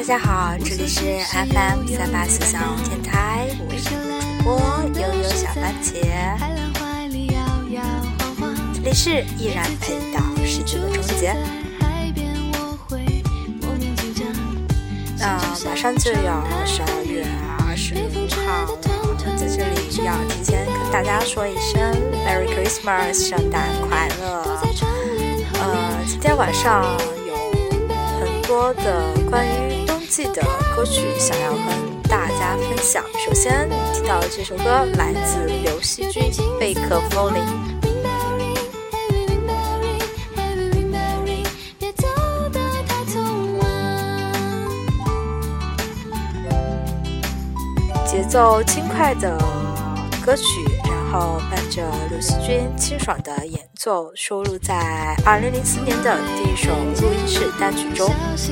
家好，这里是 FM384小龙电台，我是主播悠悠小番茄，这里是依然陪到世界的终结。马上就要12月25号了，在这里要提前跟大家说一声 Merry Christmas， 圣诞快乐。今天晚上有很多的关于冬季的歌曲想要和大家分享。首先提到的这首歌来自刘惜君《贝壳风铃》。节奏轻快的歌曲，然后伴着刘惜君清爽的演奏，收录在2004年的第一首录音室单曲中。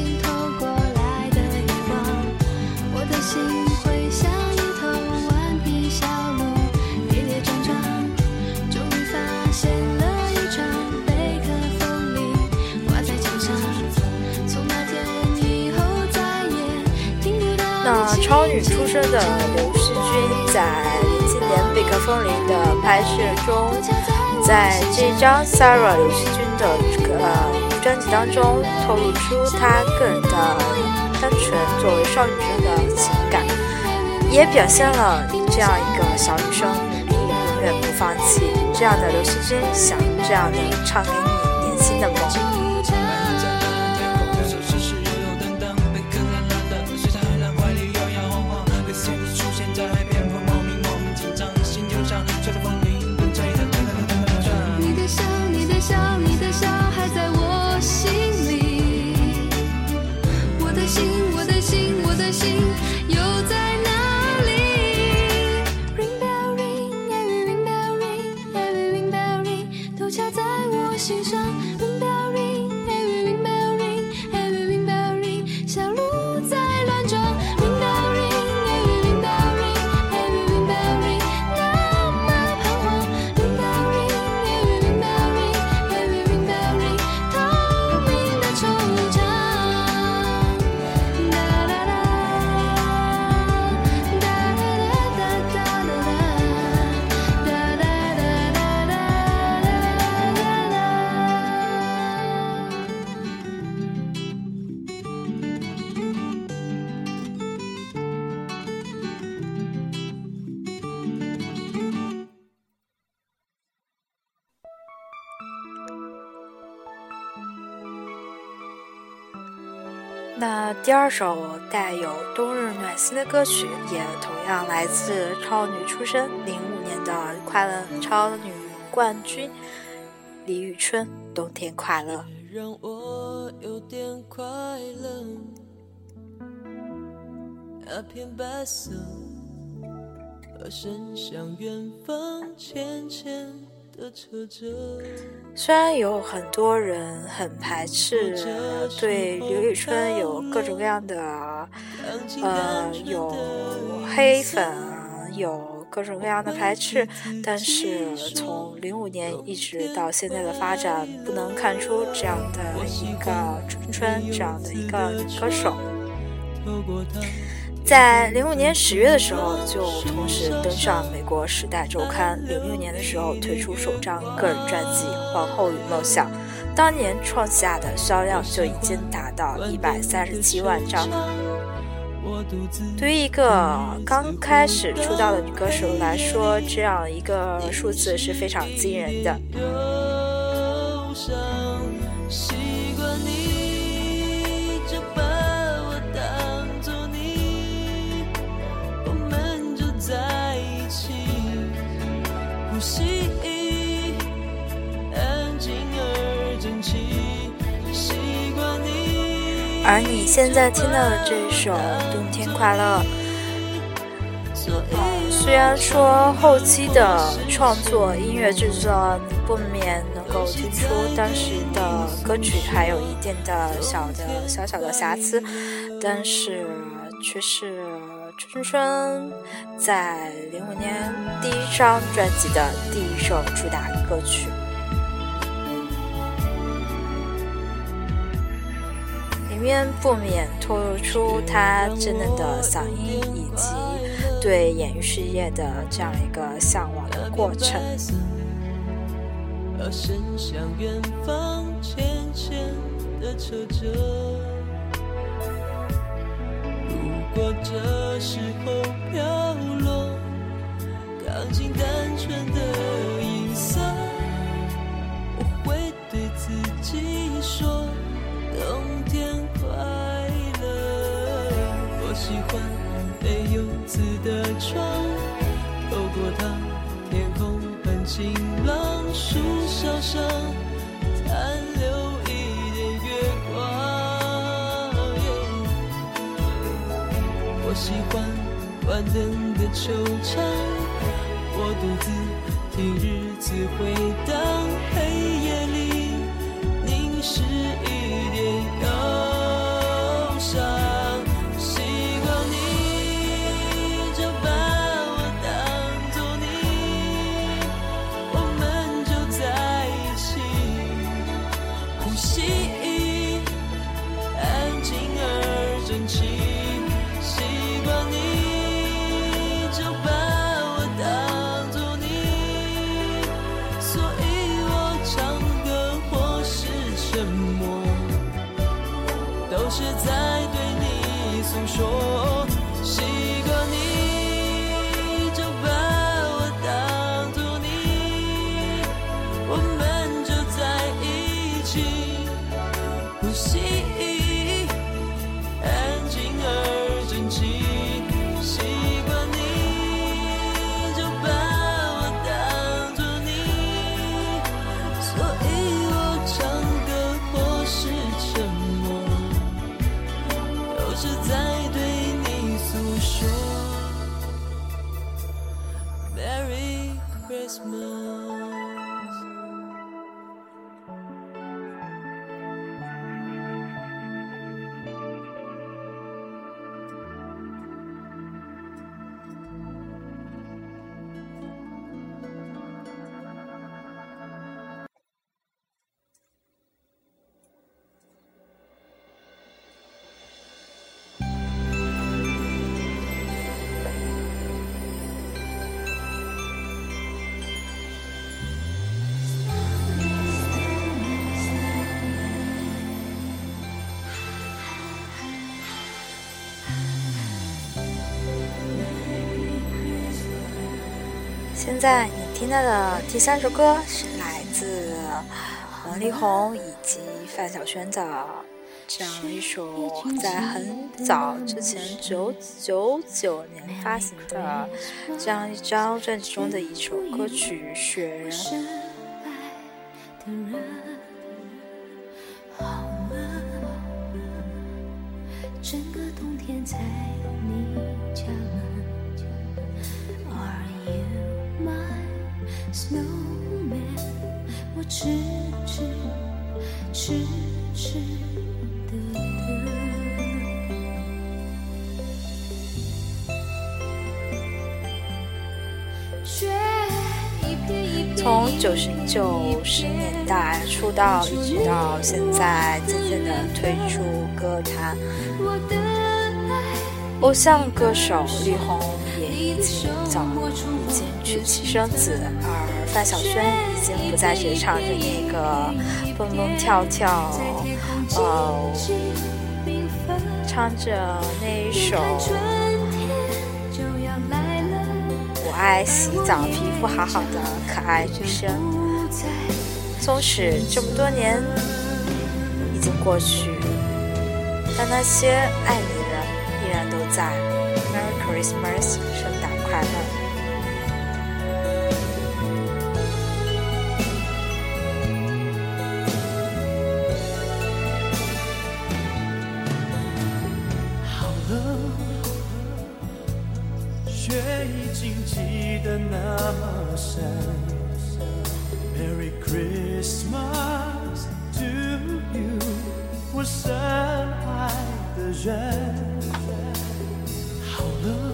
超女出身的刘惜君在2007年《贝壳风铃》的拍摄中，在这张 Sarah 刘惜君的专辑当中透露出她个人的单纯作为少女生的情感，也表现了这样一个小女生努力永远不放弃。这样的刘惜君想这样的唱给你年轻的梦。那第二首带有冬日暖心的歌曲，也同样来自超女出身05年的快乐超女冠军李宇春，冬天快乐。 让我有点快乐，那片白色和伸向远方浅浅的车辙。 虽然有很多人很排斥对刘宇春有各种各样的有黑粉，有各种各样的排斥，但是从05年一直到现在的发展，不能看出这样的一个春春，这样的一个女歌手。在05年10月的时候，就同时登上美国《时代周刊》。06年的时候推出首张个人专辑《皇后与梦想》，当年创下的销量就已经达到137万张。对于一个刚开始出道的女歌手来说，这样一个数字是非常惊人的。而你现在听到的这首《冬天快乐》，虽然说后期的创作、音乐制作你不免能够听出当时的歌曲还有一定的小小的瑕疵，但是却是春春在05年第一张专辑的第一首主打歌曲。 面不免透露出他稚嫩的嗓音以及对演艺事业的这样一个向往的过程。 而伸向远方，浅浅的扯着。如果这时候飘落钢琴单纯的音色，我会对自己说冬天快乐。我喜欢没有字的窗，透过它天空很晴朗，树梢上残留一点月光。我喜欢关灯的球场，我独自听日子回荡，黑夜里凝视一点忧伤。希望你就把我当作你，我们就在一起，呼吸安静而整齐。希望你就把我当作你，所以我唱歌或是沉默，都是在对你诉说。习惯你就把我当作你，我们就在一起，呼吸安静而整齐。习惯你就把我当作你，所以我唱歌或是沉默，都是在对你诉说。 Merry Christmas。 现在你听到的第3首歌是来自王力宏以及范晓萱的这样一首在很早之前1999年发行的这样一张专辑中的一首歌曲《雪人》。 整个冬天在你家门 Are you my snowman？ 我痴痴的等。 从90年代出道一直到现在渐渐的退出歌坛，偶像歌手力宏也已经娶妻生子，而范晓萱已经不再是唱着那个蹦蹦跳跳唱着那一首我爱洗澡皮肤好好的可爱女生。纵使这么多年已经过去，但那些爱你的人依然都在。 Merry Christmas， 圣诞快乐。 雪已经积得那么深 Merry Christmas to you 我深爱的人。好了，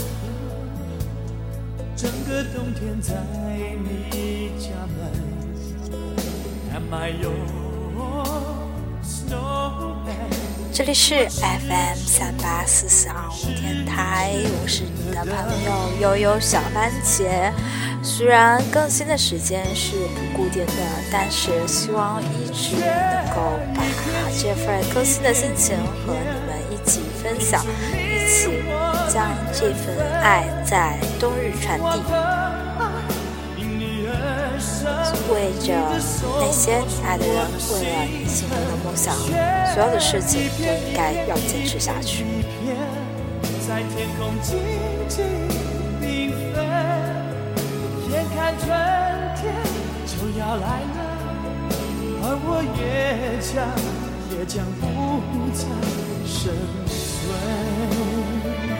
整个冬天在你家门 Am I your snowman 这里是 FM38445电台，我是你的朋友悠悠小番茄。虽然更新的时间是不固定的，但是希望一直能够把这份更新的心情和你们一起分享，一起将这份爱在冬日传递。为着那些你爱的人，为了你心中的梦想，所有的事情都应该要坚持下去。 在天空静静缤纷，眼看春天就要来了，而我越将不再生存。